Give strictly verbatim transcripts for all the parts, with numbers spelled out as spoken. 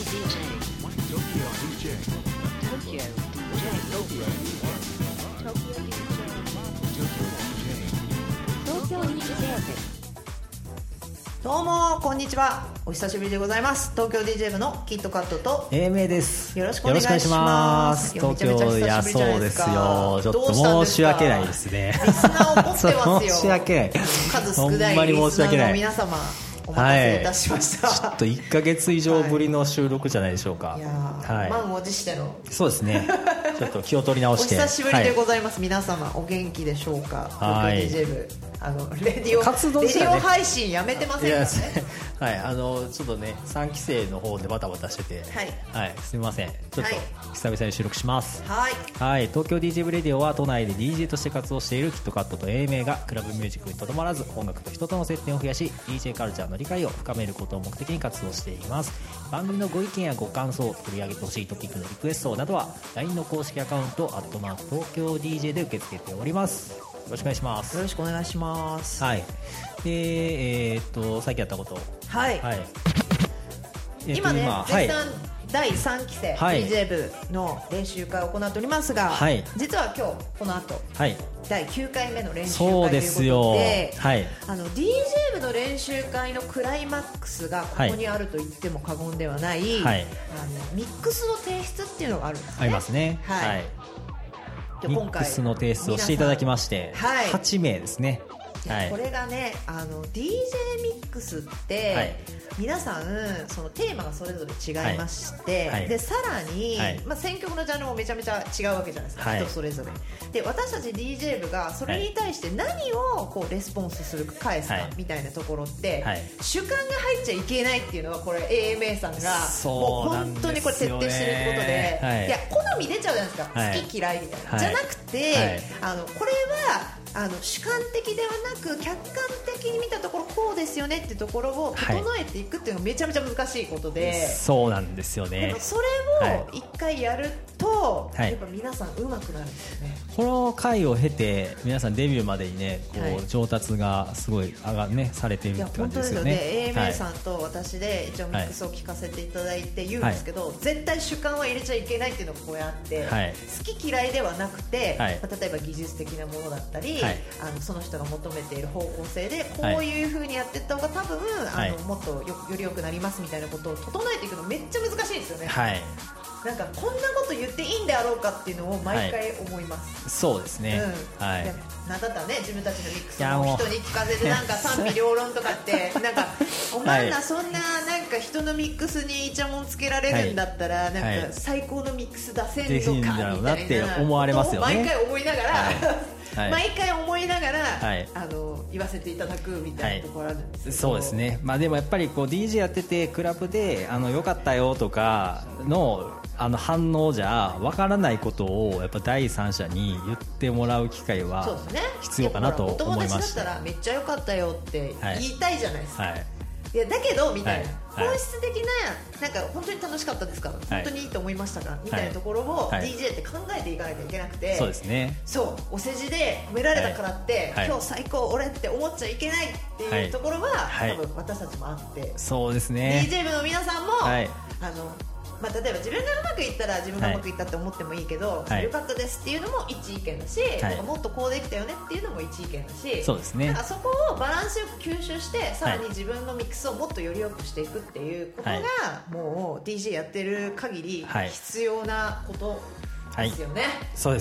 どうもこんにちは、お久しぶりでございます。東京 ディージェー 部のキットカットと英明です。 よろしくお願いします。 東京、いやそうですよ、ちょっと申し訳ないですね。 リスナー怒ってますよ。 申し訳ない、 数少ないリスナーの皆様、お待たせいたしました、 はい、ちょっといっかげつ以上ぶりの収録じゃないでしょうか。 はい、いや、 はい、 満を持しての、そうですねちょっと気を取り直してお久しぶりでございます、はい、皆様お元気でしょうか。東京 ディージェー 部、あのレディオ活動、ね、レディオ配信やめてませんかね。 はい、あのちょっとねさんき生の方でバタバタしてて、はい、はい、すみません、ちょっと久々に収録します。はい、はい、東京 ディージェー 部レディオは都内で ディージェー として活動しているキットカットと英明がクラブミュージックにとどまらず音楽と人との接点を増やし ディージェー カルチャーの理解を深めることを目的に活動しています。番組のご意見やご感想、取り上げてほしいトピックのリクエストなどは ライン の公式アカウントアットマーク東京 ディージェー で受け付けております。よろしくお願いします。 よろしくお願いします。 はい。で、えー、っと最近やったこと、はい、はい、 えー、今ね、今絶賛だいさんき生 ディージェー 部の練習会を行っておりますが、はい、実は今日この後、はい、だいきゅうかいめの練習会ということ で, ですよ、はい、あの ディージェー 部の練習会のクライマックスがここにあると言っても過言ではない、はい、あのミックスの提出っていうのがあるんですね。 ありますね。はい、はい、でミックスの提出をしていただきまして、はい、はちめいですね。はい、これがね、あの ディージェー ミックスって、はい、皆さんそのテーマがそれぞれ違いまして、はい、でさらに、はい、まあ、選曲のジャンルもめちゃめちゃ違うわけじゃないですか、はい、人それぞれで、私たち ディージェー 部がそれに対して何をこうレスポンスするか返すかみたいなところって、はい、主観が入っちゃいけないっていうのはこれ エーエムエー さんがもう本当にこれ徹底してるってことで、はい、いや好み出ちゃうじゃないですか、はい、好き嫌いみたいな、はい、じゃなくて、はい、あのこれはあの主観的ではなく客観的に見たところこうですよねっていうところを整えていくっていうのがめちゃめちゃ難しいことで、はい、 そうなんですよね。 それを一回やると、はい、やっぱ皆さん上手くなるんですよね。 この回を経て皆さんデビューまでにねこう、はい、上達がすごい上が、ね、されているって感じですよね。 いや本当ですよね。エーエムエー さんと私で一応ミックスを聞かせていただいて言うんですけど、はい、絶対主観は入れちゃいけないっていうのがこうやって、はい、好き嫌いではなくて、はい、まあ、例えば技術的なものだったり、はい、あのその人が求めている方向性でこういう風にやっていった方が多分、はい、あのもっと よ, より良くなりますみたいなことを整えていくのめっちゃ難しいですよね。はい、なんかこんなこと言っていいんであろうかっていうのを毎回思います。 はい、そうですね。うん、はい、 なんだったらね自分たちのミックスを人に聞かせてなんか賛否両論とかってなんかお前らそんななんか人のミックスにイチャモンつけられるんだったらなんか最高のミックス出せんのかみたいなって思われますよね。 毎回思いながら、はい、毎回思いながら、はい、あの言わせていただくみたいなところあるんですけど、 はい、そうですね。まあでもやっぱりこう ディージェー やっててクラブであの良かったよとかのあの反応じゃわからないことをやっぱ第三者に言ってもらう機会は必要かなと思いました。 お友達だったらめっちゃ良かったよって言いたいじゃないですか。はいはい、いやだけどみたいな、はい、本質的ななんか本当に楽しかったですか、はい、本当にいいと思いましたかみたいなところを ディージェー って考えていかなきゃいけなくて、はい、 そうですね。 そうお世辞で褒められたからって、はい、今日最高俺って思っちゃいけないっていうところは、はい、多分私たちもあって、 そうですね。 ディージェー 部の皆さんも、はい、あのまあ、例えば自分がうまくいったら自分がうまくいったって思ってもいいけど、はい、良かったですっていうのも一意見だし、はい、なんかもっとこうできたよねっていうのも一意見だし、 そうですね。 なんかそこをバランスよく吸収してさらに自分のミックスをもっとより良くしていくっていうことが、はい、もう ディージェー やってる限り必要なことですよね。はいはい、そうです。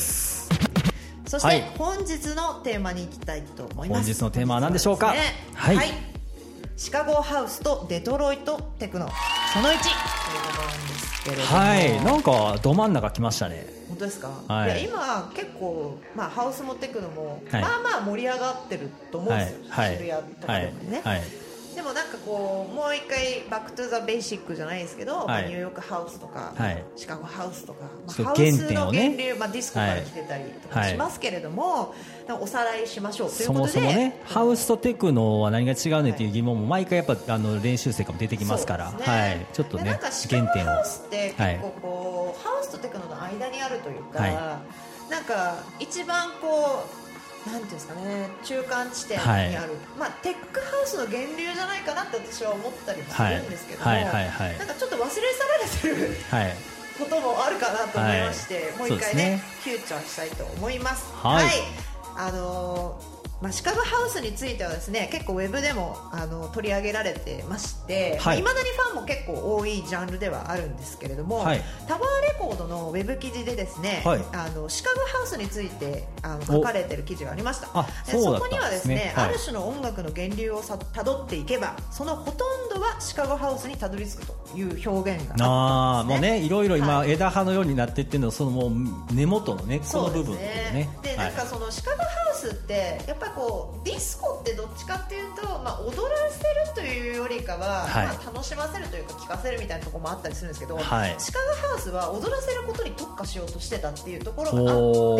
そして、はい、本日のテーマに行きたいと思います。 本日のテーマは何でしょうか。ね、はい、はい、 シカゴハウスとデトロイトテクノそのいちということなんですけれども、 はい、なんかど真ん中来ましたね。 本当ですか。はい、いや今結構、まあ、ハウスもテクノも、はい、まあまあ盛り上がってると思うんですよ、はい、渋谷とかでもね、はいはい、でもなんかこうもう一回バックトゥザベーシックじゃないですけど、はい、まあ、ニューヨークハウスとか、はい、シカゴハウスとか、まあ、ハウスの源流、まあ、ディスコから来てたりとかしますけれども、はい、おさらいしましょうということで、 そもそもね、ハウスとテクノは何が違うねっていう疑問も毎回やっぱあの練習生からも出てきますから、ね、はい、ちょっとね、 なんかシカゴハウスって結構こう、はい、ハウスとテクノの間にあるというか、はい、なんか一番こうなんていうんですかね、中間地点にある、はい、まあ、テックハウスの源流じゃないかなって私は思ったりもするんですけども、はいはいはいはい、なんかちょっと忘れ去られてる、はい、こともあるかなと思いまして、はい、もう一回ね、ねフューチャーしたいと思います。はい、はい、あのーまあ、シカゴハウスについてはですね、結構ウェブでもあの取り上げられてまして、はい、まあ、未だにファンも結構多いジャンルではあるんですけれども、はい、タワーレコードのウェブ記事でですね、はい、あのシカゴハウスについてあの書かれている記事がありました。あ、そうだったんですね。そこにはですね、はい、ある種の音楽の源流をさたどっていけば、そのほとんどはシカゴハウスにたどり着くという表現があったんですね。あ、もうね、いろいろ今、はい、枝葉のようになっていってるのはそのもう根元の根っこの部分ですね。で、なんかそのシカゴハウスってやっぱりこうディスコってどっちかっていうと、まあ、踊らせるというよりかは、はい、まあ、楽しませるというか聴かせるみたいなところもあったりするんですけど、はい、シカゴハウスは踊らせることに特化しようとしてたっていうところがあって、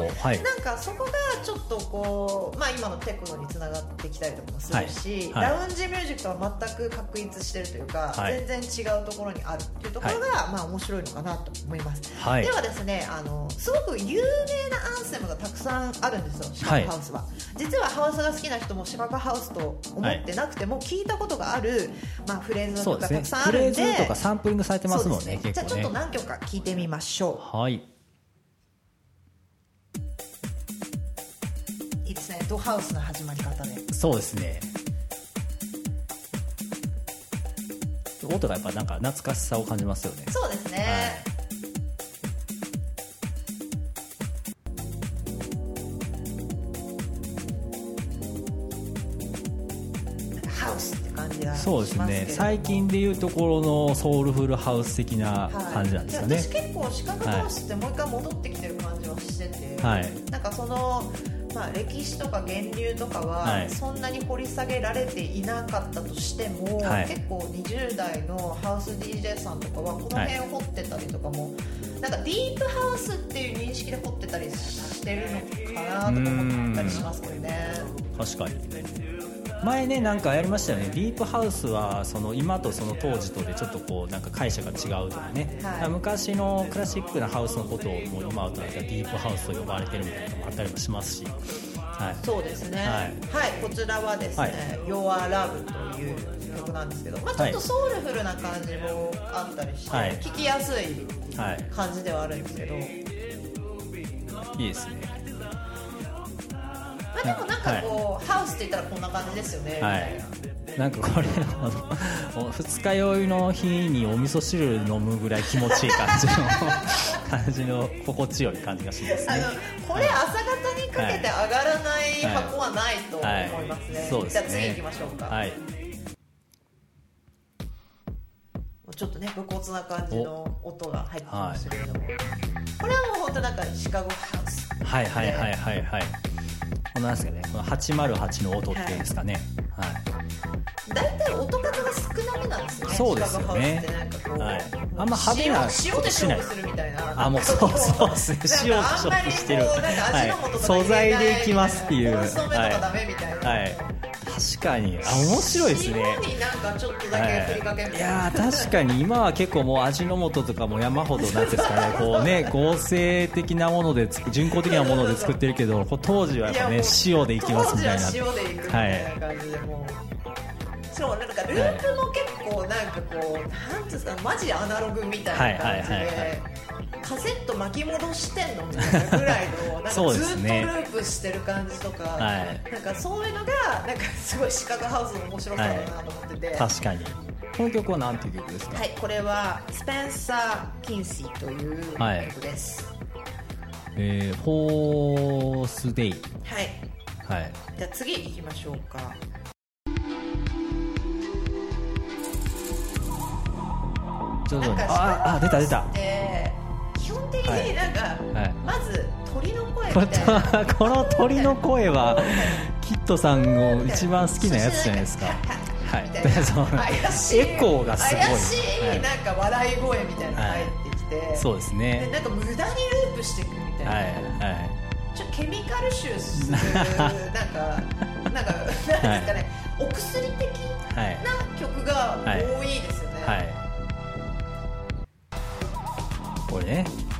はい、なんかそこがちょっとこう、まあ、今のテクノにつながってきたりとかもするし、はいはい、ラウンジミュージックとは全く確立してるというか、はい、全然違うところにあるっていうところが、はい、まあ、面白いのかなと思います。はい、ではですね、あのすごく有名なアンセムがたくさんあるんですよ、シカゴハウスは。はい、実はハウスが好きな人もシカゴハウスと思ってなくても聞いたことがある、まあ、フレーズとかたくさんあるんで、フレーズとかサンプリングされてますもんね。結構ね。じゃあちょっと何曲か聞いてみましょう。はい、いいですね、ドハウスの始まり方で。そうですね、音がやっぱなんか懐かしさを感じますよね。そうですね、はい、そうですね、最近でいうところのソウルフルハウス的な感じなんですかね。はい、私結構シカゴハウスってもう一回戻ってきてる感じはしてて、はい、なんかその、まあ、歴史とか源流とかはそんなに掘り下げられていなかったとしても、はい、結構にじゅう代のハウス ディージェー さんとかはこの辺を掘ってたりとかも、はい、なんかディープハウスっていう認識で掘ってたりしてるのかなとか思ったりしますけどね。確かに前ね、なんかやりましたよね。ディープハウスはその今とその当時とでちょっとこうなんか解釈が違うとかね、はい、昔のクラシックなハウスのことをもう今となったらディープハウスと呼ばれてるみたいなのもあったりもしますし、はい、そうですね、はい、はい、こちらはですね、はい、Your Love という曲なんですけど、まあ、ちょっとソウルフルな感じもあったりして、はい、聴きやすい感じではあるんですけど、はい、いいですね。まあ、でもなんかこう、はい、ハウスって言ったらこんな感じですよね。はい、なんかこれあの二日酔いの日にお味噌汁飲むぐらい気持ちいい感じの感じの心地よい感じがしますね。あのこれ朝方にかけて上がらない箱はないと思いますね。はいはい、そうですね。じゃあ次行きましょうか。はい、ちょっとね、武骨な感じの音が入ってきましたけれども、はい、これはもう本当なんかシカゴハウス。はいはいはいはいはい。このなんですかね、このはちまるはちの音っていうんですかね。はい。だいたい音数が少なめなんですよね。そうですよね。はい。あんま派手なことしない。塩で勝負するみたいな。あ、もうそうそうですね。塩で勝負してる。はい。素材でいきますっていう。はい。はい。確かに、あ、面白いですね。塩になんかちょっとだけ振りかける、はい、いや確かに今は結構もう味の素とかも山ほどなんですかね、こうね、合成的なもので人工的なもので作ってるけど、当時はやっぱね塩でいきますみたいな。当時は塩でいくみたいな感じで、もうそう、なんかループも結構なんかこう、はい、なんていうんですか、マジアナログみたいな感じで、カセット巻き戻してんのみたいなぐらいのなんかずっとループしてる感じとか、はい、なんかそういうのがなんかすごいシカゴハウスの面白さだなと思ってて、はい、確かに。この曲は何ていう曲ですか？はい、これはスペンサー・キンシーという曲です。はい、えー、ホースデイ。はい、はい、じゃあ次行きましょうか。ちょっとああ出た出た。基本的になんか、はい、まず鳥の声みたいなこの鳥の声はキッドさんの一番好きなやつじゃないですか。はい、怪しいエコーがすごい怪しいなんか笑い声みたいなのが入ってきて、はい、そうですね。でなんか無駄にループしていくみたいな、はいはい、ちょっとケミカル臭するなんかなんかなんですかね、はい、お薬的な曲が多いですよね。はいはい、これね、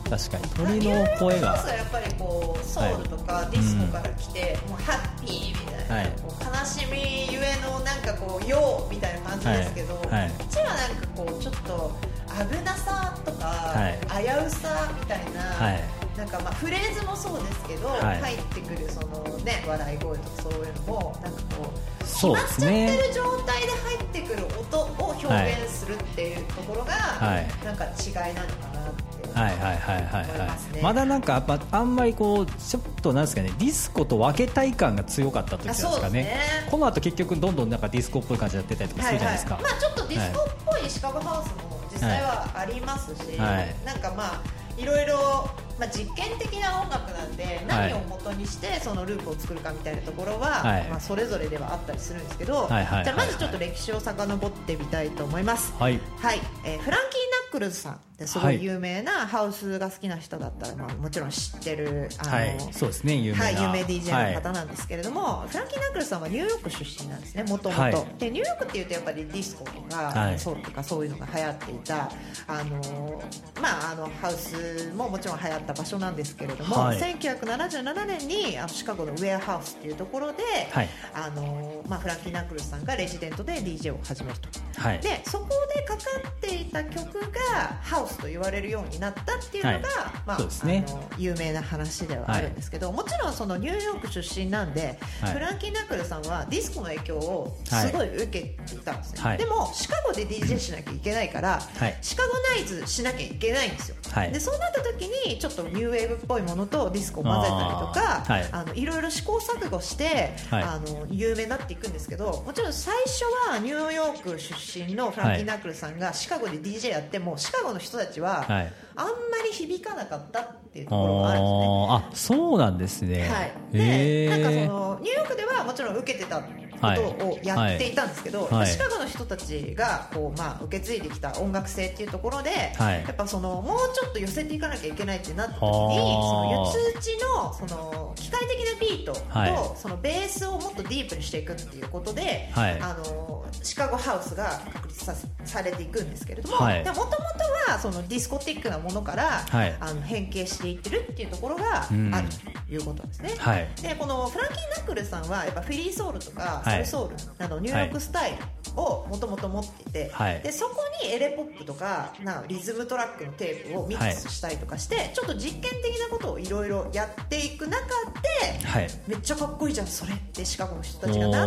確かに鳥の声がハウスはやっぱりこうソウルとかディスコから来て、うん、もうハッピーみたいな、はい、こう悲しみゆえのなんかこうヨーみたいな感じですけど、はいはい、こっちはなんかこうちょっと危なさとか、はい、危うさみたいな、はい、なんかまあフレーズもそうですけど、はい、入ってくるその、ね、笑い声とかそういうのもなんかこう決まっちゃってる状態で入ってくる音を表現するっていうところが、はい、なんか違いなのかなってはいはいはいはいはい、まだなんかやっぱあんまりこうちょっとなんですかね、ディスコと分けたい感が強かった時ですかね。この後結局どんどんなんかディスコっぽい感じでやってたりとかするじゃないですか。 はいはい、まあちょっとディスコっぽいシカゴハウスも実際はありますし、はい、なんかまあいろいろまあ、実験的な音楽なんで何を元にしてそのループを作るかみたいなところは、はい、まあ、それぞれではあったりするんですけど、はいはい、じゃあまずちょっと歴史を遡ってみたいと思います。はい、はい、えー、フランキー・ナックルズさんってすごい有名なハウスが好きな人だったら、まあ、もちろん知ってるあの、はい、そうですね、有名な、はい、有名 ディージェー の方なんですけれども、はい、フランキー・ナックルズさんはニューヨーク出身なんですね、もともと。でニューヨークっていうとやっぱりディスコとか、はい、ソウルとかそういうのが流行っていたあの、まあ、あのハウスももちろん流行った場所なんですけれども、はい、せんきゅうひゃくななじゅうななねんにあのシカゴのウェアハウスっていうところで、はい、あのまあ、フランキー・ナックルズさんがレジデントで ディージェー を始めると、はい、でそこでかかっていた曲がハウスと言われるようになったっていうのが、はい、まあ、そうですね、あの有名な話ではあるんですけど、はい、もちろんそのニューヨーク出身なんで、はい、フランキー・ナックルズさんはディスコの影響をすごい受けていたんですね、はい、でもシカゴで ディージェー しなきゃいけないから、はい、シカゴナイズしなきゃいけないんですよ、はい、でそうなった時にちょっとニューウェーブっぽいものとディスコを混ぜたりとか、はい、あのいろいろ試行錯誤して、はい、あの有名になっていくんですけど、もちろん最初はニューヨーク出身のフランキー・ナックルズさんがシカゴで ディージェー やってもシカゴの人たちは、はい、あんまり響かなかったっていうところがあるんですね。 あ、そうなんですね。はい、 でなんかそのニューヨークではもちろん受けてたことをやっていたんですけど、はいはい、シカゴの人たちがこう、まあ、受け継いできた音楽性っていうところで、はい、やっぱそのもうちょっと寄せていかなきゃいけないってなった時に、その四つ打ちのその機械的なビートと、はい、そのベースをもっとディープにしていくっていうことで、はい、あのシカゴハウスが確立 さ, されていくんですけれども、はい、でもともとはそのディスコティックなものから、はい、あの変形していってるっていうところがあるということですね、はい、でこのフランキー・ナックルさんはやっぱフィリーソウルとかソウルソウルなどニューヨークスタイルをもともと持っていて、はい、でそこにエレポップとかなリズムトラックのテープをミックスしたりとかして、はい、ちょっと実験的なことをいろいろやっていく中で、はい、めっちゃかっこいいじゃんそれってシカゴの人たちがなって、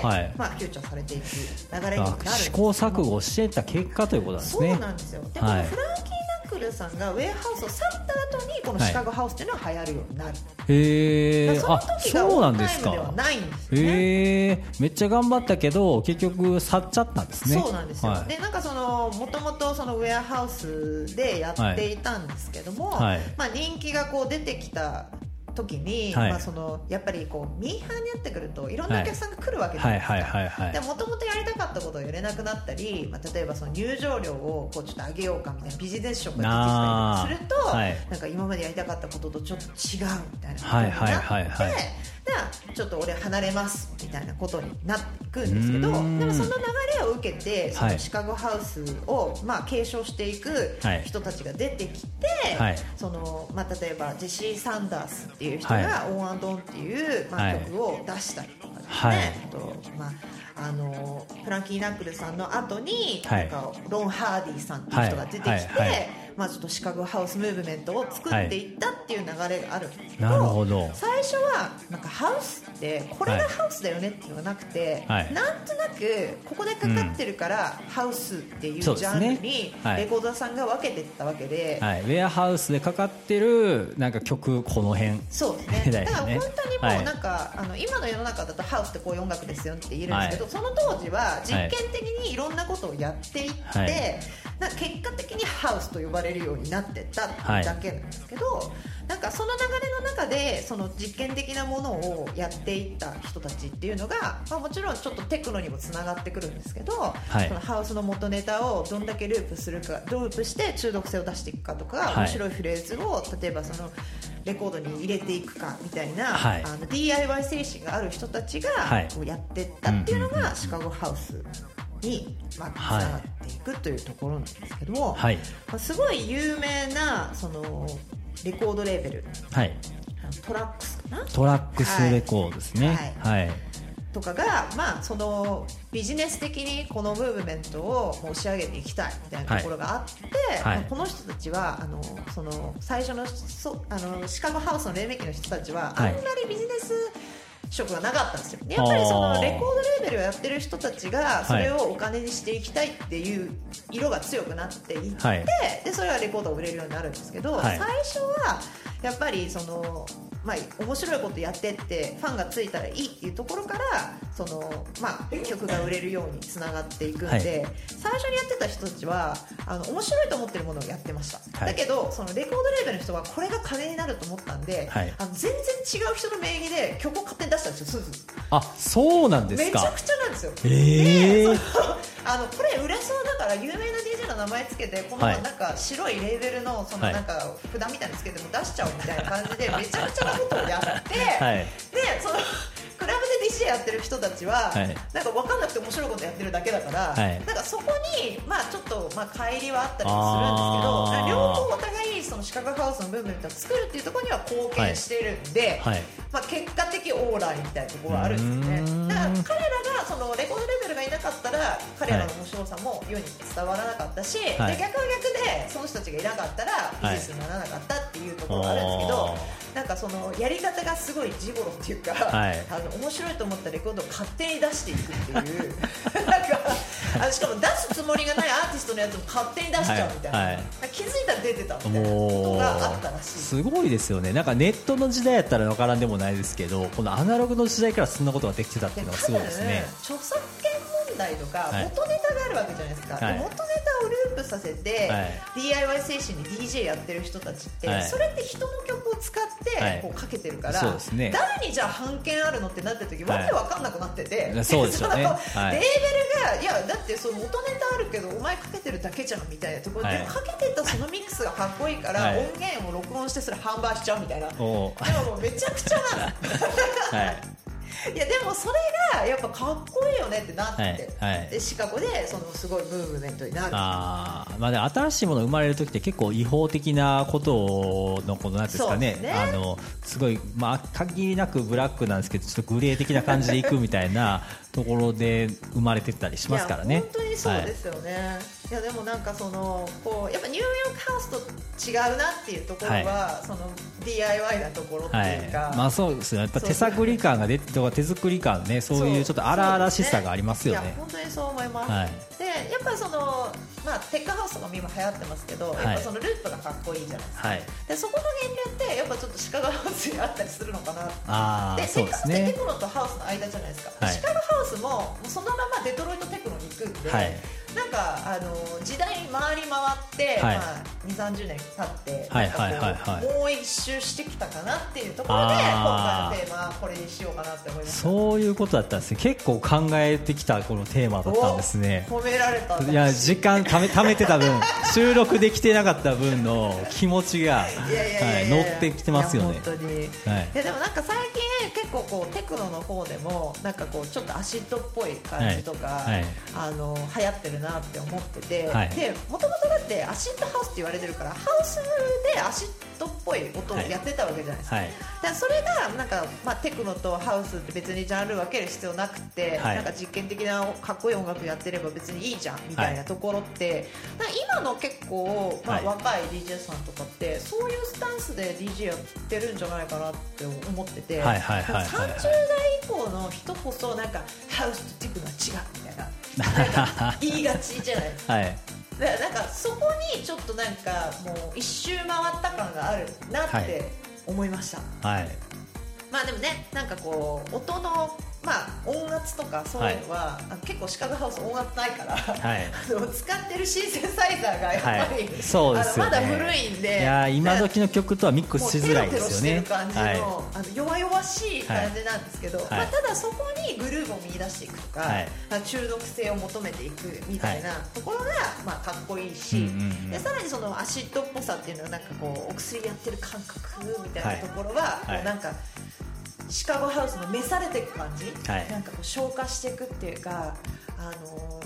はい、まあ、フューチャーされていく流れになるんです。 試行錯誤していった結果ということなんですね。 そうなんですよ。で、はい、このフランキー・ナックルさんがウェアハウスを去った後にこのシカゴハウスっていうのは流行るようになる、はい、へー、その時がオンタイムではないんですよね。 へー、めっちゃ頑張ったけど結局去っちゃったんですね。 そうなんですよ、はい、でなんかそのもともとそのウェアハウスでやっていたんですけども、はい、まあ、人気がこう出てきた時に、はい、まあ、そのやっぱりこうミーハーになってくるといろんなお客さんが来るわけじゃないですか。でもともとやりたかったことをやれなくなったり、まあ、例えばその入場料をこうちょっと上げようかみたいなビジネス職が出てきたりすると、はい、なんか今までやりたかったこととちょっと違うみたいなことになって、はいはいはいはい、ちょっと俺離れますみたいなことになっていくんですけど、でもその流れを受けてそのシカゴハウスをまあ継承していく人たちが出てきて、はい、そのまあ、例えばジェシー・サンダースっていう人がオンアンドオンっていうまあ曲を出したりとかですね、はい、あとまああのフランキー・ナックルさんの後になんかロン・ハーディさんっていう人が出てきて、はいはいはい、まあ、ちょっとシカゴハウスムーブメントを作っていったっていう流れがあるんですけど、はい、なるほど。最初はなんかハウスってこれがハウスだよねっていうのがなくて、はい、なんとなくここでかかってるからハウスっていうジャンルにレコード屋さんが分けていったわけで、 はい、ウェアハウスでかかってるなんか曲この辺、 そうですね、だから本当にもうなんか、はい、あの今の世の中だとハウスってこういう音楽ですよって言えるんですけど、はい、その当時は実験的にいろんなことをやっていって、はい、なんか結果的にハウスと呼ばれるようになってったっていうだけなんですけど、はい、なんかその流れの中でその実験的なものをやっていった人たちっていうのが、まあ、もちろんちょっとテクノにもつながってくるんですけど、はい、そのハウスの元ネタをどんだけループするか、ループして中毒性を出していくかとか、はい、面白いフレーズを例えばそのレコードに入れていくかみたいな、はい、あの ディーアイワイ 精神がある人たちがこうやっていったっていうのがシカゴハウスに、まあ、つながっていくというところなんですけども、はい、まあ、すごい有名なそのレコードレーベル、はい、トラックスかな、 トラックスレコードですね、はい、はい、 とかが、まあ、そのビジネス的にこのムーブメントを押し上げていきたいみたいなところがあって、はい、この人たちはあのその最初のそあのシカゴハウスの黎明期の人たちはあんまりビジネス色がなかったんですよ。でやっぱりそのレコードレーベルをやってる人たちがそれをお金にしていきたいっていう色が強くなっていって、はい、でそれはレコードを売れるようになるんですけど、はい、最初はやっぱりそのまあ、面白いことやってってファンがついたらいいっていうところからその、まあ、曲が売れるようにつながっていくんで、はい、最初にやってた人たちはあの面白いと思ってるものをやってました、はい、だけどそのレコードレーベルの人はこれが金になると思ったんで、はい、あの全然違う人の名義で曲を勝手に出したんですよ。そうそう、 あ、そうなんですか。 めちゃくちゃなんですよ、 えー、 でそのあのこれ売れそうだから有名な ディージェー の名前つけてこのなんか白いレーベルのそのなんか札みたいにつけても出しちゃおうみたいな感じでめちゃくちゃなことをやって、はい、でそのクラブで ディージェー やってる人たちは、はい、なんか分かんなくて面白いことやってるだけだから、はい、なんかそこに、まあ、ちょっと、まあ、乖離はあったりもするんですけど、両方お互いそのシカゴハウスのムーブメントを作るっていうところには貢献しているんで、はいはい、まあ、結果的オーライみたいなところがあるんですよね。だから彼らがそのレコードレベルがいなかったら彼らの面白さも世に伝わらなかったし、はい、で逆は逆でその人たちがいなかったらビジネスにならなかったっていうところがあるんですけど、なんかそのやり方がすごいジゴロっていうか、はい、あの面白いと思ったレコードを勝手に出していくっていうなんかあのしかも出すつもりがないアーティストのやつも勝手に出しちゃうみたいな、はいはい、気づいたら出てたみたいなことがあったらしい。 すごいですよね。なんかネットの時代やったら分からんでもないですけど、このアナログの時代からそんなことができてたっていうのがすごいですね。 著作権問題とか元ネタがあるわけじゃないですか、はい、元ネタをループさせて、はい、ディーアイワイ 精神で ディージェー やってる人たちって、はい、それって人の曲を使ってこうかけてるから、はい、そうですね、誰にじゃあ版権あるのってなった時、はい、わけわかんなくなってて、 そうですよね、はい、 レーベルがいやだってその元ネタあるけどお前かけてるだけじゃんみたいなところで、はい、かけてたそのミックスがかっこいいから、はい、音源を録音してそれ販売しちゃうみたいな、でももうめちゃくちゃなんです、はいいやでもそれがやっぱかっこいいよねってなって、はいはい、でシカゴでそのすごいムーブメントになる。 あ、まあ、で新しいものが生まれる時って結構違法的なことのこのなんですかね、ね、あのすごい、まあ、限りなくブラックなんですけどちょっとグレー的な感じでいくみたいなところで生まれてたりしますからね。 いや本当にそうですよね、はい、いやでもなんかそのこうやっぱニューヨークハウスと違うなっていうところは、はい、その ディーアイワイ なところっていうか、 はい、まあそうですよ、やっぱ手探り感が出てとか手作り感ね、そういうちょっと荒々しさがありますよね。 いや本当にそう思います、はい、でやっぱりその、まあ、テックハウスとかも今流行ってますけど、はい、やっぱそのループがかっこいいじゃないですか、はい、でそこの源流ってやっぱちょっとシカゴハウスにあったりするのかな。 あでそうですね、 テクノとハウスの間じゃないですか、はい、シカゴハウスもそのままデトロイトテクノに行くんで、はい、なんかあの時代回り回って、はい、まあ、にじゅうさんじゅうねん経って、はいはいはいはい、もう一周してきたかなっていうところで今回のテーマこれにしようかなって思いました。 そういうことだったんですね。結構考えてきたこのテーマだったんですね。 褒められた。 いや時間ため、ためてた分収録できてなかった分の気持ちが乗ってきてますよね。いや本当に、はい、いやでもなんか最近結構こうテクノの方でもなんかこうちょっとアシッドっぽい感じとか、はいはい、あの流行ってるなって思ってて、はい、でもともとだってアシッドハウスって言われてるからハウスでアシッドっぽい音をやってたわけじゃないですか、はい、でそれがなんか、まあ、テクノとハウスって別にジャンル分ける必要なくて、はい、なんか実験的なかっこいい音楽やってれば別にいいじゃんみたいなところって、はい、今の結構、まあ、若い ディージェー さんとかってそういうスタンスで ディージェー やってるんじゃないかなって思ってて、はいはいはいはい、さんじゅう代以降の人こそなんかハウスとテクノは違うみたいな言いがちじゃないですか、はい、だからなんかそこにちょっとなんかもう一周回った感があるなって思いました、はい、まあでもねなんかこう音のまあ、音圧とかそういうのは、はい、あの結構シカゴハウス音圧ないから、はい、あの使ってるシンセサイザーがやっぱり、はい、そうですよね、あのまだ古いんで、 いや今時の曲とはミックスしづらいですよね。 もうテロテロしてる感じの、はい、あの弱々しい感じなんですけど、はい、まあ、ただそこにグルーヴを見出していくとか、はい、中毒性を求めていくみたいなところが、まあ、かっこいいし、うんうんうん、でさらにそのアシッドっぽさっていうのはなんかこうお薬やってる感覚みたいなところは、はい、なんかシカゴハウスの召されていく感じ、はい、なんかこう消化していくっていうか、あの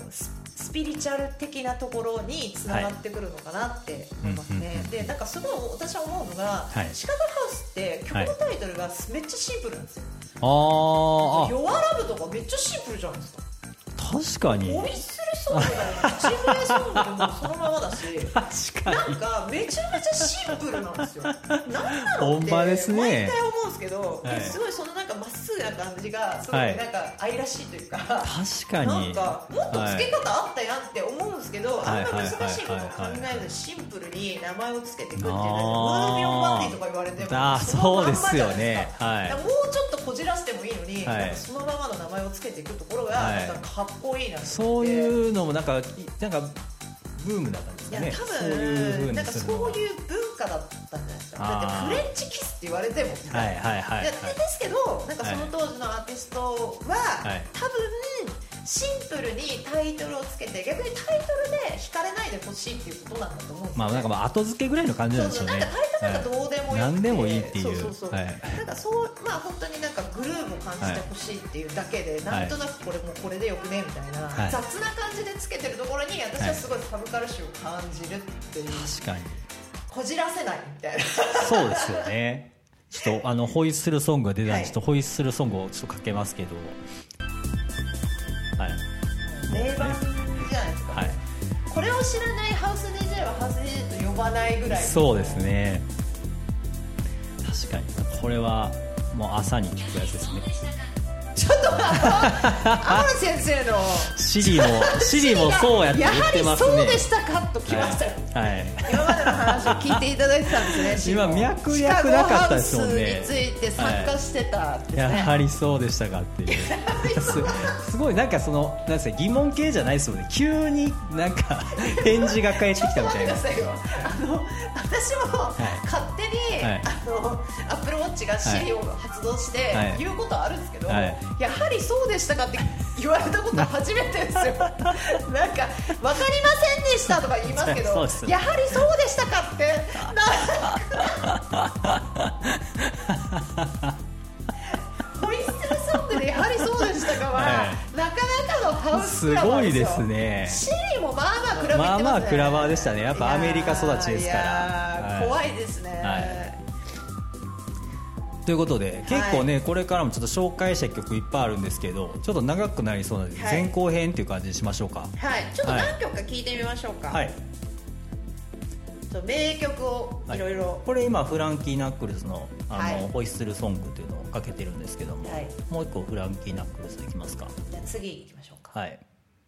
スピリチュアル的なところにつながってくるのかなって思いますね、はい、でなんかすごい私は思うのが、はい、シカゴハウスって曲のタイトルがめっちゃシンプルなんですよ、はい、あヨアラブとかめっちゃシンプルじゃないですか。 確かにホイッスルソングだよね、口笛ソングでもそのままだし確かになんかめちゃめちゃシンプルなんですよ。なんなのって毎回思うんですけど、はい、すごいそのなんかまっすぐな感じがすごいなんか愛らしいというか、はい、確かになんかもっと付け方あったやんって思うんですけど、はい、あんま難しいことを考えずシンプルに名前を付けていくっていうのでムービオンバンディとか言われてもあそうですよね、はい、 もうちょっとこじらせてもいいのに、はい、そのままの名前を付けていくところがなんかかっこいいなって、 そういうのもなんかなんかブームだったんですかね。 いや多分そういうなんかそういう文化だったんじゃないですか。だってフレンチキスって言われてもみたいな、はいはいはいはい、ですけどなんかその当時のアーティストは、はい、多分シンプルにタイトルをつけて逆にタイトルで惹かれないでほしいっていうことなんだと思うんですよね。 まあなんかまあ後付けぐらいの感じなんですよね。 そうそうなんかタイトルがどうでもいいって、はい、 何でもいいっていうそうそうそう、はい、なんかそうまあ本当になんかグルーヴを感じてほしいっていうだけで、はい、なんとなくこれもこれでよくねみたいな、はい、雑な感じでつけてるところに私はすごいサブカル臭を感じるっていう、確かにこじらせないみたいなそうですよね。ちょっとあのホイッスルソングが出たんで、はい、ちょっとホイッスルソングをちょっとかけますけど、はい定番じゃないですか、はい、これを知らないハウス ディージェー はハウス ディージェー と呼ばないぐらい。 そうですね、確かにこれはもう朝に聞くやつですね。 ちょっと天野先生のシリもシリもそうやって言ってますね。 やはりそうでしたかときましたよ、はいはい、今までの話を聞いていただいてたんですね。 今脈略なかったですもんね。 シカゴハウスについて参加してたですね、 はい、やはりそうでしたかっていうす, すごいなんかそのなんですか疑問系じゃないですもんね。急になんか返事が返ってきたみたいな。 あの私も勝手に、はい、あのアップルウォッチがシリを発動して言うことはあるんですけど、はいはい、やはりそうでしたかって言われたことは初めてですよなんか分かりませんでしたとか言いますけどやはりそうでしたかってホイッスルソングでやはりそうでしたかは、はい、なかなかのハウスクラバーですよ。 すごいですね。 シリもまあまあクラバー行ってますね。まあまあクラバーでしたね。やっぱアメリカ育ちですから。いや、 はい、怖いですね、はい。 ということで結構ね、はい、これからもちょっと紹介した曲いっぱいあるんですけどちょっと長くなりそうなので、はい、前後編っていう感じにしましょうか。 はい、ちょっと何曲か聴いてみましょうか。はい、ちょ名曲をいろいろ。 これ今フランキーナックルズ の, あの、はい、ホイッスルソングというのをかけてるんですけども、はい、もう一個フランキーナックルズいきますか。 じゃあ次いきましょうか。 はい、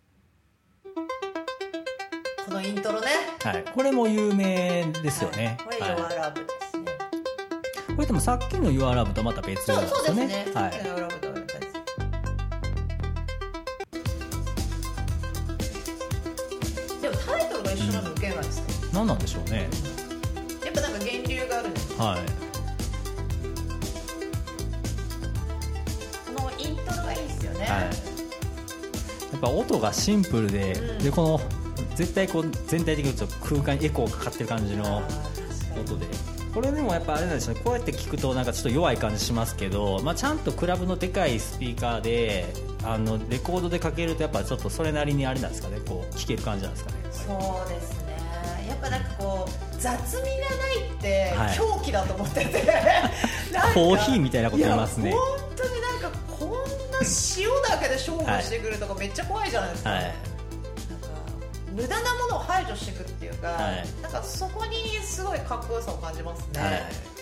このイントロね、 はい、これも有名ですよね、 はい、これ Your Love ですね。 これでもさっきの Your Love とまた別ですよね。 そうですね、はい、さっきの Your Love と別です。でもタイトルが一緒なの受けないですか、 うん、何なんでしょうね。 やっぱなんか源流があるんですか。はい、このイントロがいいですよね、はい、やっぱ音がシンプルで、うん、でこの絶対こう全体的にちょっと空間にエコーかかってる感じの音で、これでもやっぱあれなんですよね。こうやって聞くとなんかちょっと弱い感じしますけど、まあ、ちゃんとクラブのでかいスピーカーであのレコードでかけるとやっぱちょっとそれなりにあれなんですかね、こう聴ける感じなんですかね。 そうですね、やっぱなんかこう雑味がないって狂気だと思ってて、 はい、コーヒーみたいなこと言いますね。 本当になんかこんな塩だけで勝負してくるとかめっちゃ怖いじゃないですか、はい、無駄なものを排除していくっていうか、はい、なんかそこにすごいかっこよさを感じますね、はい、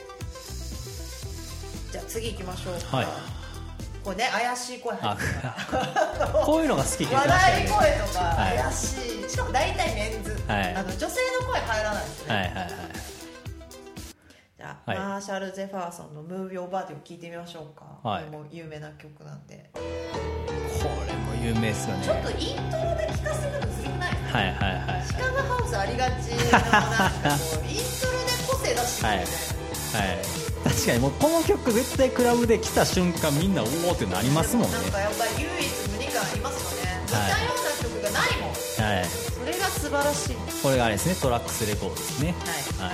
じゃあ次行きましょうか、はい、これね怪しい声入ってるこういうのが好きって言ってましたね。笑い声とか怪しい、はい、しかも大体メンズ、はい、あの女性の声入らないですね、はいはいはい、じゃあ、はい、マーシャル・ゼファーソンのムービー・オーバーディを聴いてみましょうか、はい、これも有名な曲なんで。 これも有名ですよね。 ちょっとイントロで聴かせるのずるくないですか。 はいはいはい、 シカゴハウスありがちななんかこうイントロで個性出してくるみたいな、はいはい、 確かにもうこの曲絶対クラブで来た瞬間みんなおおってなりますもんね。 なんかやっぱり唯一無二感ありますよね、似たような曲がないもん、はい、それが素晴らしい。 これがあれですね、トラックスレコードですね。はい、はい、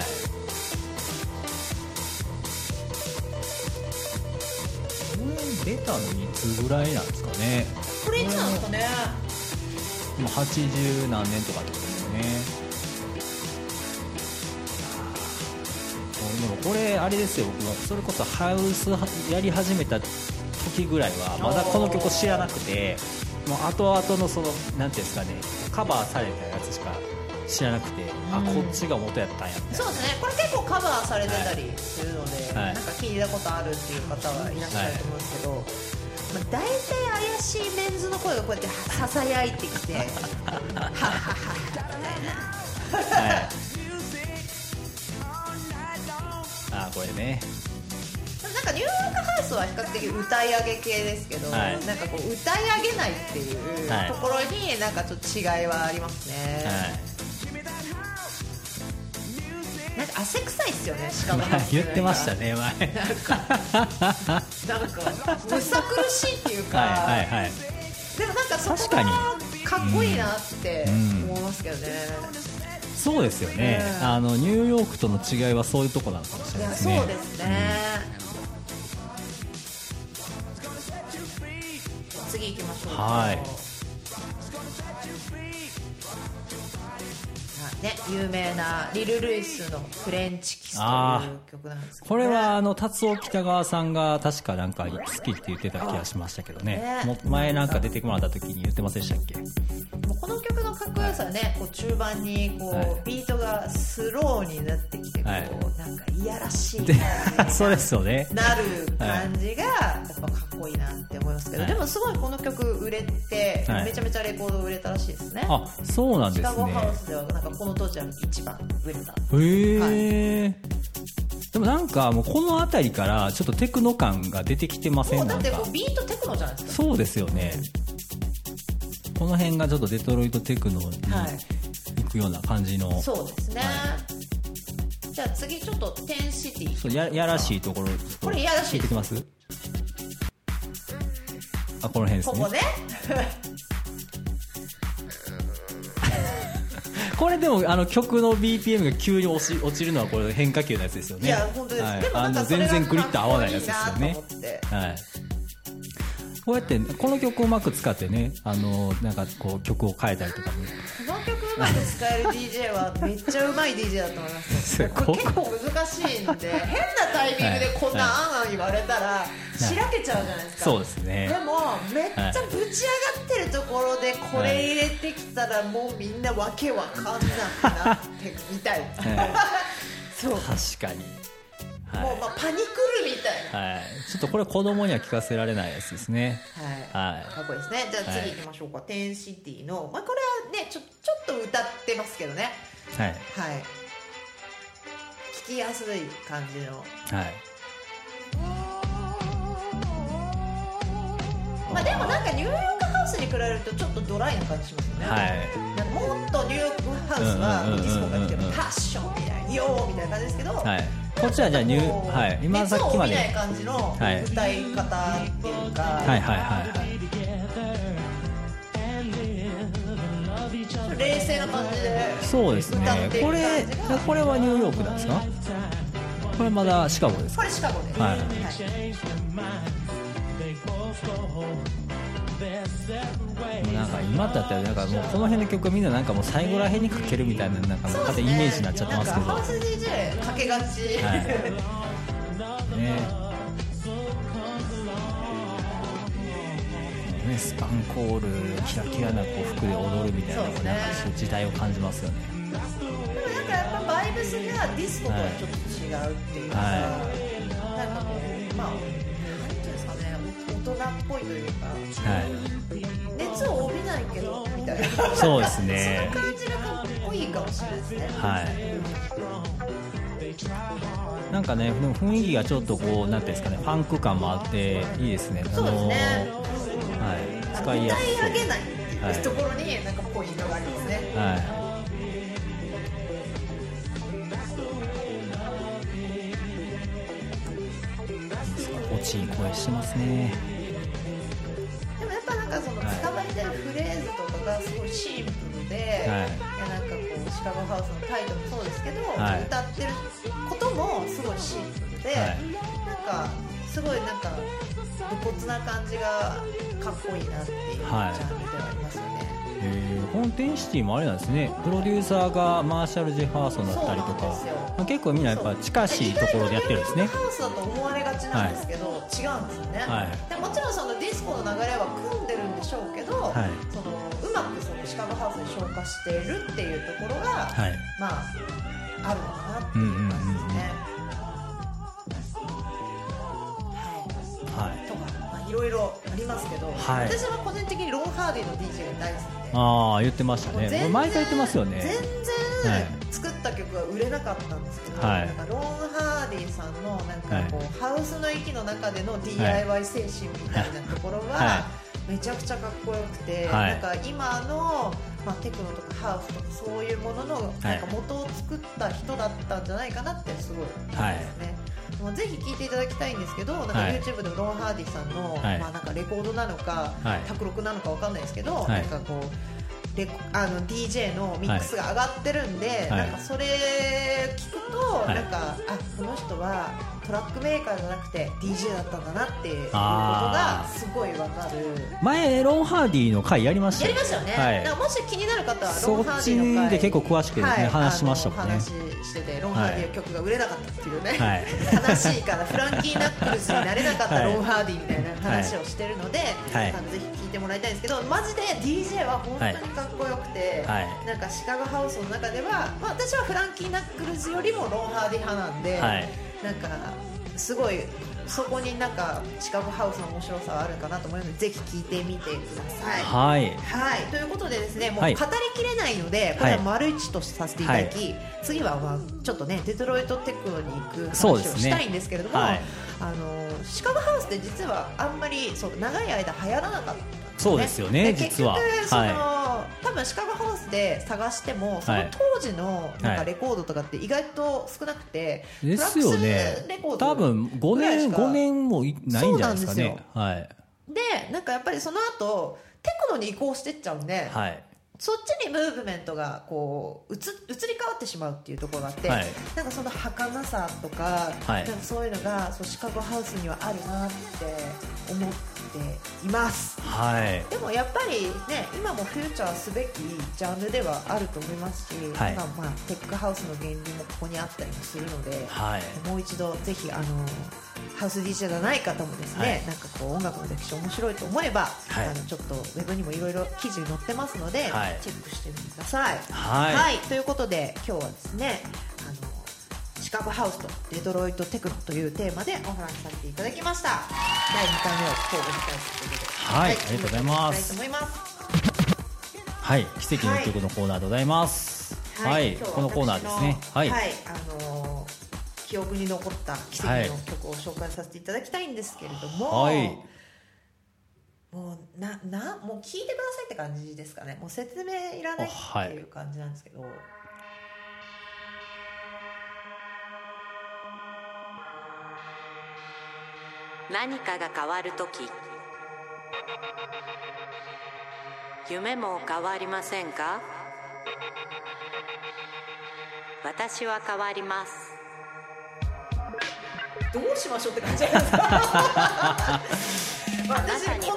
出たのいつぐらいなんですかね。 これいつなんですかね。 もうはちじゅう何年とかってことですよね。でもこれあれですよ、僕もそれこそハウスやり始めた時ぐらいはまだこの曲知らなくて、もう後々のそのなんていうんですかね、カバーされたやつしか知らなくて、うん、あ、こっちが元やったんやみたいな。 そうですね、これ結構カバーされてたりするので、はい、なんか聞いたことあるっていう方はいらっしゃると思うんですけど、はい、まあ、大体怪しいメンズの声がこうやってささやいてきてはっはっはみたいな、はい、 あ、これね、 なんかニューヨークハウスは比較的歌い上げ系ですけど、はい、なんかこう歌い上げないっていうところになんかちょっと違いはありますね、はい、なんか汗臭いっすよね、しかも言ってましたね前なんかなんかむさ苦しいっていうか、はいはいはい、でもなんかそこがかっこいいなって思いますけどね、 うん、そうですよね、うん、あのニューヨークとの違いはそういうところなのかもしれないですね。 いや、そうですね、うん、次行きましょう。はいね、有名なリル・ルイスのフレンチキスという曲なんですけど、ね、 これはあの達夫北川さんが確かなんか好きって言ってた気がしましたけど ね, ねも前なんか出てもらった時に言ってませんでしたっけ。 もうこの曲のかっこよさはね、こう中盤にこう、はい、ビートがスローになってきてこう、はい、なんかいやらしいそうですよね、 なる感じがやっぱかっこいいなって思いますけど、はい、でもすごいこの曲売れて、はい、めちゃめちゃレコード売れたらしいですね。 あ、そうなんですね。 シカゴハウスではなんかこの当時は一番売れた。 へー、はい、でもなんかもうこの辺りからちょっとテクノ感が出てきてません？ もうだってこうビートテクノじゃないですか。 そうですよね、この辺がちょっとデトロイトテクノに行くような感じの、はい、 そうですね、はい、じゃあ次ちょっとテンシティ、 そう や, やらしいところこれやらしい聞いてきます？あ、この辺ですね、 ここねこれでもあの曲の ビーピーエム が急に落 ち, 落ちるのはこれ変化球のやつですよね。 いや本当です、はい、でもなんかあの全然グリッと合わないやつですよね。はい、こうやってこの曲をうまく使ってね、あのなんかこう曲を変えたりとかも、 この曲うまく使える ディージェー はめっちゃうまい ディージェー だと思いますこれ結構難しいんで変なタイミングでこんなあんあん言われたらしらけちゃうじゃないですか。 そうですね。 でもめっちゃぶち上がってるところでこれ入れてきたらもうみんなわけわかんなくなってみたい、はい、そう確かに、 はい、もうまあパニクるみたいな、 はい、ちょっとこれ子供には聞かせられないやつですね。 はい、はい、かっこいいですね。じゃあ次行きましょうか、はい、テンシティの、まあ、これはねちょ、ちょっと歌ってますけどね、はい、はい、聞きやすい感じの、はい、まあ、でもなんかニューヨークハウスに比べるとちょっとドライな感じしますよね、はい、なんかもっとニューヨークハウスはディスコが来てるパッションみたいなヨーみたいな感じですけど、はい、 こっちはじゃあニュー、はい、今さっきまで熱を帯びない感じの歌い方っていうか、はいはいはいはい、冷静な感じでそうですね。これこれはニューヨークなんですか？これまだシカゴですか？ これシカゴです、はいはい、 もうなんか今だったらなんかもうこの辺の曲はみんななんかもう最後ら辺にかけるみたいななんかもう勝手にイメージになっちゃってますけど、 ハウス ディージェー かけがち、はいねね、スパンコールキラキラなこう服で踊るみたいな、なんかそういう時代を感じますよね。 でもなんかやっぱバイブスがディスコとはちょっと違うっていうか、はい、なんかこうまあなんていうんですかね、大人っぽいというか、はい、熱を帯びないけどみたいな、 そうですね、 その感じがかっこいいかもしれないですね。はい、 なんかね雰囲気がちょっとこうなんていうんですかね、ファンク感もあっていいですね。 そうですね、 はい、使いやすい。 歌い上げないっていうところになんかポイントがありますね。はい。落ちい声してますね。でもやっぱなんかその使われてるフレーズとかがすごいシンプルで、はい、いやなんかこうシカゴハウスのタイトルもそうですけど、はい、歌ってることもすごいシンプルで、はい、なんかすごいなんか武骨な感じがかっこいいなっていうジャンルではありますよね。 えー、このテンシティもあれなんですね。プロデューサーがマーシャル・ジェファーソンだったりとか、結構みんなやっぱ近しいところでやってるんですね。 ハウスだと思われがちなんですけど、はい、違うんですよね、はい、でもちろんそのディスコの流れは組んでるんでしょうけど、はい、そのうまくそのシカゴハウスに昇華しているっていうところが、はい、まああるのかなっていう感じですね。はい、とか、まあ、いろいろありますけど、はい、私は個人的にロン・ハーディの ディージェー が大好きで、 ああ言ってましたね。毎回言ってますよね。 全然、はい、作った曲は売れなかったんですけど、はい、なんかロン・ハーディさんのなんかこう、はい、ハウスの域の中での ディーアイワイ 精神みたいなところが、はい、めちゃくちゃかっこよくて、はい、なんか今の、まあ、テクノとかハウスとかそういうもののなんか元を作った人だったんじゃないかなってすごい思いますね。はい、ぜひ聴いていただきたいんですけど、なんか YouTube でもロン・ハーディさんの、はい、まあ、なんかレコードなのか、はい、卓録なのかわかんないですけど、はい、なんかこうレあの ディージェー のミックスが上がってるんで、はい、なんかそれ聞くと、はい、なんかあこの人はトラックメーカーじゃなくて ディージェー だったんだなっていうことがすごいわかる。 前ロン・ハーディの回やりましたよね。 やりましたよね、はい、だからもし気になる方はロン・ハーディの回そっちで結構詳しく、ね、はい、話しましたもんね。 話しててロン・ハーディの曲が売れなかったっていうね、はい、悲しいからフランキー・ナックルズになれなかったロン・ハーディみたいな話をしてるので、はい、あのぜひ聞いてもらいたいんですけど、マジで ディージェー は本当にかっこよくて、はい、なんかシカゴハウスの中では、まあ、私はフランキー・ナックルズよりもロン・ハーディ派なんで、はい、なんかすごいそこになんかシカゴハウスの面白さはあるかなと思うので、ぜひ聞いてみてください。はい、はい、ということでですね、もう語りきれないので、これは丸一とさせていただき、はい、次はまあちょっとねデトロイトテクノに行く話をしたいんですけれども、ね、はい、あのシカゴハウスって実はあんまりそう長い間流行らなかった。 そうですよね、実は。 結局その、はい、多分シカゴハウスで探してもその当時のなんかレコードとかって意外と少なくて、はい、 ですよね。多分ごねんごねんもないんじゃないですかね。はい、 でなんかやっぱりその後テクノに移行してっちゃうんで、はい、そっちにムーブメントがこう移、移り変わってしまうっていうところがあって、はい、なんかその儚さとか、はい、なんかそういうのがそうシカゴハウスにはあるなって思っています、はい、でもやっぱりね今もフューチャーすべきジャンルではあると思いますし、はい、まあまあ、テックハウスの原理もここにあったりもするので、はい、もう一度ぜひあのハウス ディージェー じゃない方もですね、はい、なんかこう音楽の歴史面白いと思えば、はい、あのちょっとウェブにもいろいろ記事載ってますので、はい、チェックしてみてください。はい、はい、ということで今日はですねあのシカゴハウスとデトロイトテクノというテーマでお話しさせていただきました。だいにかいめを今日お迎えするということで、 はい、はい、ありがとうございます。はい、奇跡の曲のコーナーでございます。はい、はい、このコーナーですね。はい、はい、あのー記憶に残った奇跡の曲を紹介させていただきたいんですけれども、はい、もうななもう聞いてくださいって感じですかね。もう説明いらないっていう感じなんですけど、はい、 何かが変わるとき、夢も変わりませんか？私は変わります。 どうしましょうって感じじゃないですか。 私このもうこの曲聴い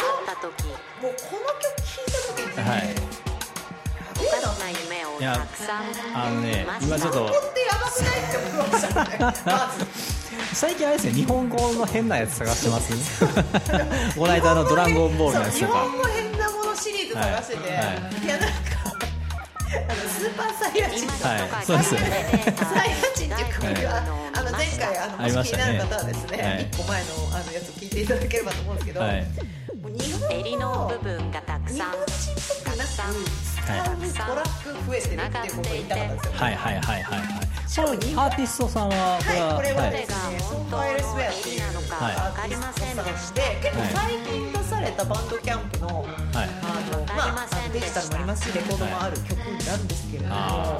た時に、はい、 おかしな夢をたくさんあのね今ちょっと日本語ってやばくないって思いましたね。まず最近あれですね、日本語の変なやつ探してます。この間のドラゴンボールのやつとか日本語変なものシリーズ探してて、はいはい、いやなんかあのスーパーサイヤ人とか、はい、そうですよね。サイヤ人っていう国が、はい、あの前回あのもし気になる方はですね、はい、いっこまえのあのやつを聞いていただければと思うんですけど、はい、もう日本の襟の部分がたくさん日本人っぽくなく使うトラック増えてるっていうことを言いたかったんですよ。 はいはいはいはいはい。そうアーティストさんはこれは、はい、これはですね、ソンファイルスウェアっていうアーティストさんで、結構最近出されたバンドキャンプの、はい、あのまあ、あのデジタルもありますしレコードもある曲なんですけれども、はい、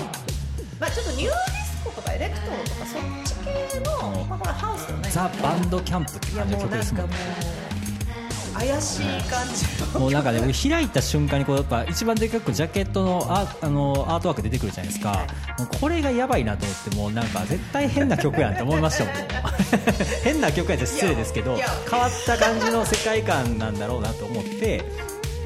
まあ、ちょっとニューディスコとかエレクトロとかそっち系の、まあ、これハウスじゃないザ・バンドキャンプって感じの曲ですもんね。 怪しい感じのもうなんかね、開いた瞬間にこうやっぱ一番でかくジャケットの ア, あのアートワーク出てくるじゃないですか。もうこれがやばいなと思って、もうなんか絶対変な曲やんって思いましたもん。変な曲やって失礼ですけど、変わった感じの世界観なんだろうなと思って、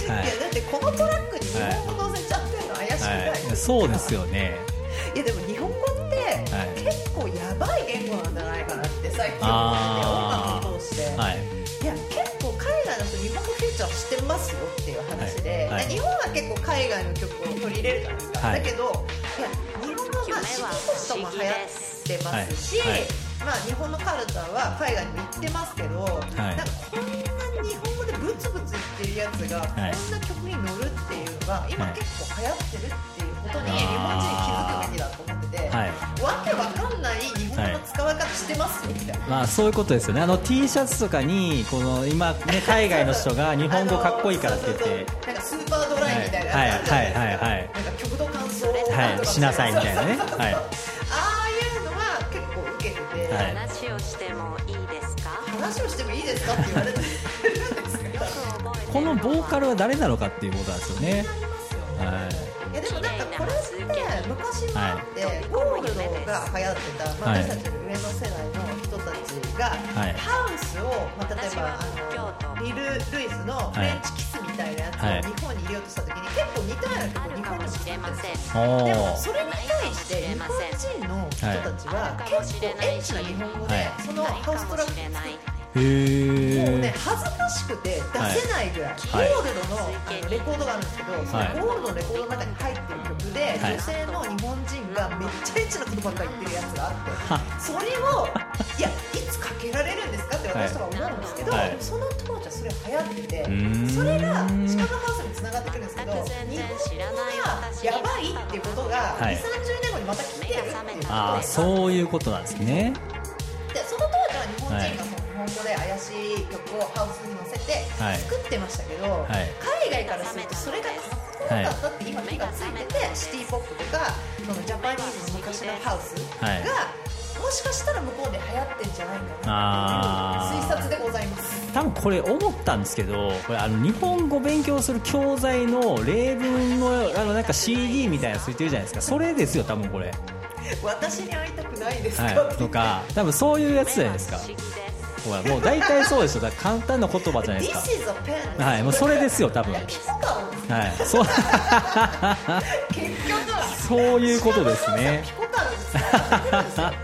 はい、いやだってこのトラックに日本語乗せちゃってるの怪しくない、はい、 そうですよね。 いやでも日本語って結構やばい言語なんじゃないかなって最近思ってて、音楽を通して、はい、いや結構海外の人日本語フューチャー知ってますよっていう話で、はいはい、日本は結構海外の曲を取り入れるじゃないですか、はい、だけどいや日本のまあシティポストも流行ってますし、はいはい、まあ、日本のカルチャーは海外にも行ってますけど、はい、なんかこんなに日本語でブツブツ言ってるやつがこんな曲に乗るっていうのが今結構流行ってるっていうことに日本人気づくべきだと思ってて、はい、わけわかんない日本語の使われ方してますよみたいな、 まあ、そういうことですよね。あの T シャツとかにこの今、ね、海外の人が日本語かっこいいからって言ってなんかスーパードライみたいなやつあるじゃないですか、なんか極度乾燥、 はい、しなさいみたいなね、はい、ああいうのは結構受けてて、 はい、話をしてもいいですか話をしてもいいですかって言われてるんですけどこのボーカルは誰なのかっていうことなんですよね。 はい、いやでもなんかこれって昔もあって、はい、ゴールドが流行ってた、まあ、私たちの上の世代の人たちが、はい、ハウスを、まあ、例えばあのリル・ルイスのフレンチキスみたいなやつを日本に入れようとした時に結構似たような曲を日本に作ってるんですよ。でもそれに対して日本人の人たちは結構エッチな日本語でそのハウストラックを作ってへーもうね恥ずかしくて出せないぐらい、はい、ゴールド の, あのレコードがあるんですけど、はい、そのゴールドのレコードの中に入ってる曲で、はい、女性の日本人がめっちゃエッチなことばっかり言ってるやつがあってそれをいやいつかけられるんですかって私とか思うんですけど、はい、その当時はそれ流行っててそれがシカゴハウスにつながってくるんですけど日本語がやばいっていうことが、はい、にじゅうさんじゅうねんごにまた来てるっていうことで、 あそういうことなんですね。 でその当時は日本人がその日本語で怪しい曲をハウスに乗せて作ってましたけど、はい、海外からするとそれがかっこよかったって今火がついてて、はい、シティポップとかそのジャパニーズの昔のハウスが、はい、もしかしたら向こうで流行ってんじゃないかなっていう推察でございます。 多分これ思ったんですけどこれあの日本語勉強する教材の例文の、 あのなんか シーディー みたいなのついてるじゃないですか。それですよ多分これ私に会いたくないですか、 はい、とか多分そういうやつじゃないですか。ほらもう大体そうですよ。だから簡単な言葉じゃないですか。 This is a pen はい、もうそれですよ多分。 ピコカロはい、そう結局はそういうことですね。 ピコカロですよ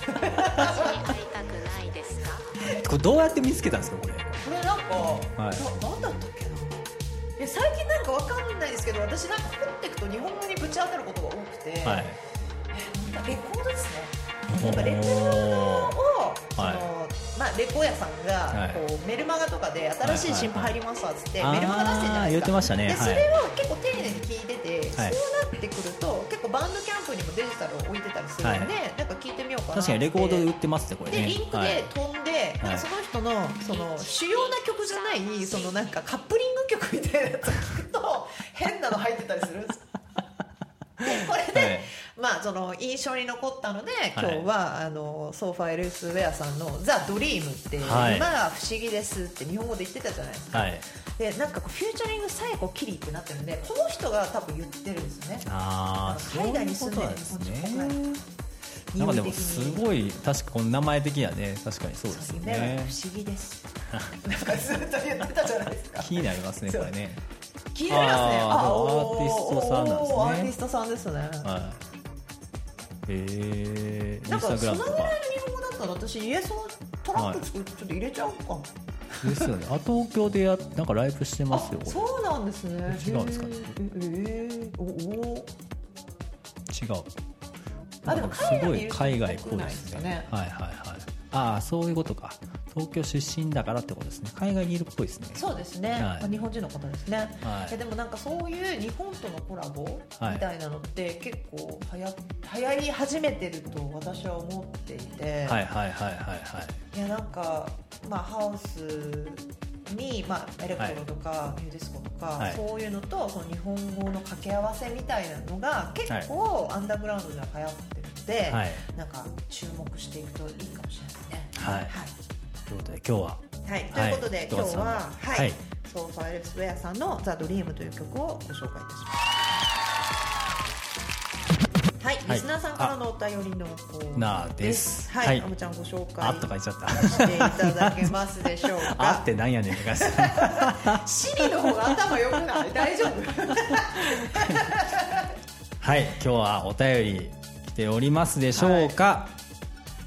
これどうやって見つけたんですかこれ。これなんか、はい、な, なんだったっけな。いや最近なんかわかんないですけど私なんか掘っていくと日本語にぶち当たることが多くて、はい、えレコードですね。やっぱレコードをその、はいまあ、レコ屋さんがこう、はい、メルマガとかで新しい新譜入りましたっつって、はいはいはい、メルマガ出してるじゃないですか。言ってましたね。でそれを結構丁寧に聞いてて、はい、そうなってくると結構バンドキャンプにもデジタルを置いてたりするので、はい、なんか聞いてみようかなって。確かにレコードで売ってますねこれね。でリンクで飛んで、はい、なんかその人のその主要な曲じゃないそのなんかカップリング曲みたいなやつを聞くと変なの入ってたりするんです。でこれで、はいまあ、その印象に残ったので今日は、はい、あのソーファーエルスウェアさんのザ・ドリームっていう、はい、今は不思議ですって日本語で言ってたじゃないですか、はい、でなんかこうフューチャリング最後キリってなってるんでこの人が多分言ってるんですよね。あ海外に住んでる日本人国内なんかでもすごい確かこの名前的にはね確かにそうですよね。 不思議ですなんかずっと言ってたじゃないですか。 気になりますねこれね。 気になりますね。ああアーティストさんなんですね。 アーティストさんですね。 はい、へーなんかそのぐらいの日本語だったら私イエストラック作ってちょっと入れちゃおうか、はい、ですよね。 あ東京でやなんかライブしてますよ。 そうなんですね。 違うんですかね。 えー、おお違う。 あでも海外にいる人海外っぽいですね。はいはいはい。ああそういうことか。東京出身だからってことですね。海外にいるっぽいですね。 そうですね、はい、日本人の方ですね、はい、いやでもなんかそういう日本とのコラボみたいなのって結構はや流行り始めてると私は思っていて、 はいはいはいはいはいいやなんかまあハウスに、まあ、エレクトロとかニューディスコとか、はい、そういうのとその日本語の掛け合わせみたいなのが結構アンダーグラウンドでは流行ってるので、はい、なんか注目していくといいかもしれないですね。はい、はいということで今日は、 はい、ということで、はい、今日は、はいはい、ソーファーエルスウェアさんのザ・ドリームという曲をご紹介いたします。はい、 リスナーさんからのお便りのコーナーです。はい、あむちゃんご紹介あっとか言っちゃったしていただけますでしょうか。 あってなんやねんって感じシリの方が頭良くない？大丈夫？ はい、今日はお便り来ておりますでしょうか？はい、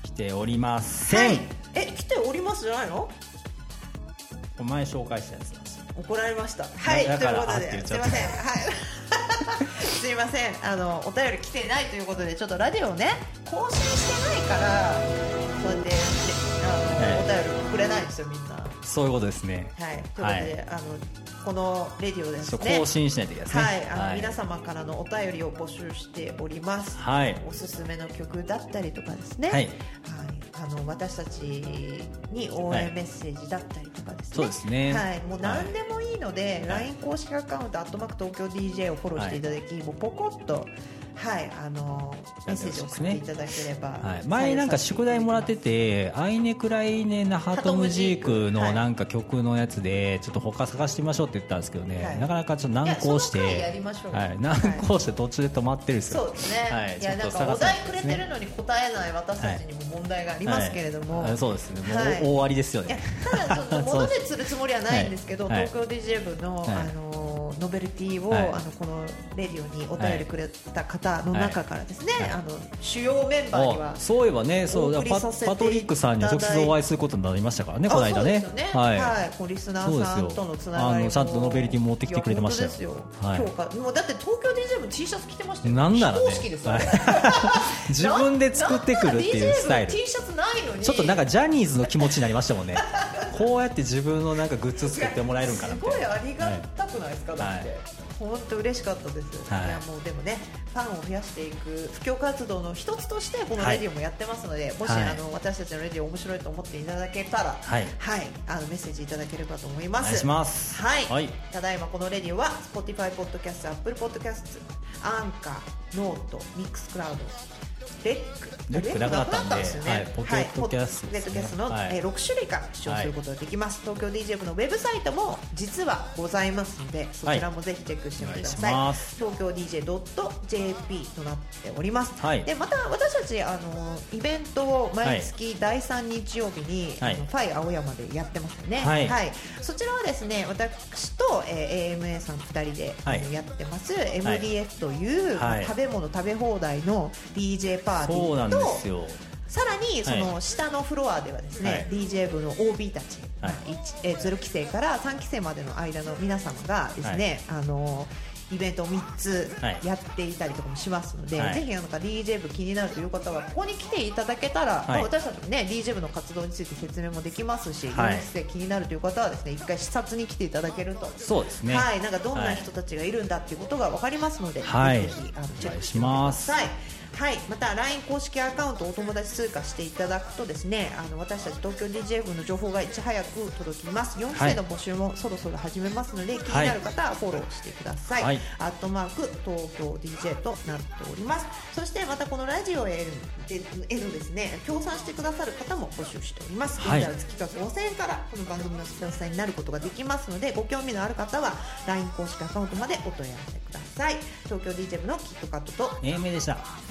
来ておりません。はい、 え、来ておりますじゃないの？ お前紹介したやつなんですよ。 怒られました。はい、ということですいません。はいすいません、あのお便り来てないということで、ちょっとラジオね更新してないからそうやってあの、はい、お便りくれないんですよ、みんな。 そういうことですね。 はい、ということで、はい、あのこのレディオですね、 更新しないといけないですね。 はい、あの、はい、皆様からのお便りを募集しております。はい、おすすめの曲だったりとかですね。はい、はい、あの私たちに応援メッセージだったりとかですね。 そうですね。 はい、もう何でもいいので、はい、ライン 公式アカウントアットマーク東京 ディージェー をフォローしていただき、はい、もうポコッと。はい、あのメッセージを送っていただければ、ね、はい、 前なんか宿題もらっててアイネクライネナハトムジークのなんか曲のやつでちょっと他探してみましょうって言ったんですけどね、はい、なかなかちょっと難航して、はい、難航して途中で止まってるんですよ。 そうですね、はい、いやなんかお題くれてるのに答えない私たちにも問題がありますけれども、はいはい、 そうですね、もう、はい、大終わりですよね。 いやただちょっと物で釣るつもりはないんですけど、はい、東京 ディージェー 部の、はい、あのノベルティを、はい、あのこのレディオにお便りくれた方の中からですね、はい、あの主要メンバーにはそういえばね、そうパ, パトリックさんに直接お会いすることになりましたからね、この間ね。 そうですよね、はいはい、リスナーさんとのつながりもちゃんとノベルティ持ってきてくれてましたよ。 ですよ、はい、今日かもうだって東京 ディージェー も T シャツ着てましたよ。 なんならね、 非公式ですよ、 はい、自分で作ってくるっていうスタイル。 T シャツないのにちょっとなんかジャニーズの気持ちになりましたもんねこうやって自分のなんかグッズ作ってもらえるんかなって。 すごいありがたくないですか、はい、だって本当嬉しかったです、はい、いやもうでもねファンを増やしていく布教活動の一つとしてこのレディオもやってますので、はい、もし、はい、あの私たちのレディオ面白いと思っていただけたら、はいはい、あのメッセージいただければと思います。 お願いします。 はい、はい、ただいまこのレディオは Spotify ポッドキャスト、Apple ポッドキャスト、アンカー、ノート、ミックスクラウド、レックレックなくなったんで、はい、ポケットキャスト、 ポケットキャストの、はい、えー、ろく種類から視聴することができます、はい、東京 ディージェー 部のウェブサイトも実はございますので、そちらもぜひチェックしてみてください、はい、東京 ディージェー ドット ジェーピー となっております、はい、でまた私たちあのイベントを毎月だいさんにち曜日に、はい、あのファイ青山でやってますよね、はいはい、そちらはですね私と、えー、エーエムエー さんふたりで、はい、やってます エムディーエフ という、はい、食べ物食べ放題の ディージェー パーティーと、そうなんですよ。さらにその下のフロアではですね、はい、ディージェー 部の オービー たち、はい、えゼロ期生からさん期生までの間の皆様がですね、はい、あのイベントをみっつやっていたりとかもしますので、はい、ぜひなんか ディージェー 部気になるという方はここに来ていただけたら、はい、私たちもね ディージェー 部の活動について説明もできますし、はい、よん期生気になるという方はですね一回視察に来ていただけると、 そうですね、 はい、なんかどんな人たちがいるんだっていうことが分かりますので、 はい、 ぜひあのチェックしてみてください。はい、また ライン 公式アカウントをお友達追加していただくとですね、あの私たち東京 ディージェー 部の情報がいち早く届きます。よん期生の募集もそろそろ始めますので、はい、気になる方はフォローしてください、はい、アットマーク東京 ディージェー となっております。そしてまたこのラジオへのですね協賛してくださる方も募集しております。現在は月額ごせんえんからこの番組のスポンサーになることができますので、ご興味のある方は ライン 公式アカウントまでお問い合わせください。東京 ディージェー 部のキットカットと英明でした。